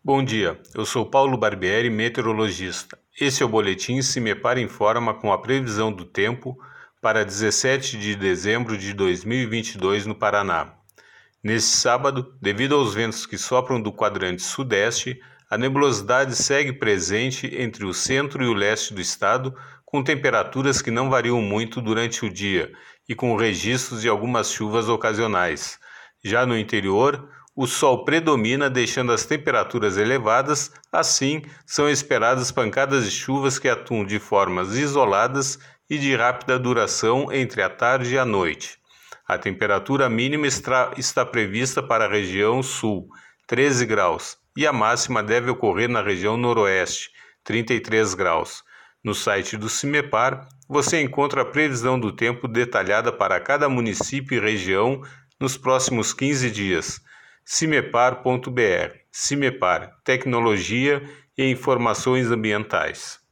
Bom dia, eu sou Paulo Barbieri, meteorologista. Esse é o boletim CIMEPAR Informa com a previsão do tempo para 17 de dezembro de 2022 no Paraná. Neste sábado, devido aos ventos que sopram do quadrante sudeste, a nebulosidade segue presente entre o centro e o leste do estado, com temperaturas que não variam muito durante o dia e com registros de algumas chuvas ocasionais. Já no interior, o sol predomina, deixando as temperaturas elevadas, assim, são esperadas pancadas de chuvas que atuam de formas isoladas e de rápida duração entre a tarde e a noite. A temperatura mínima está prevista para a região sul, 13 graus, e a máxima deve ocorrer na região noroeste, 33 graus. No site do CIMEPAR, você encontra a previsão do tempo detalhada para cada município e região nos próximos 15 dias. cimepar.br. CIMEPAR, Tecnologia e Informações Ambientais.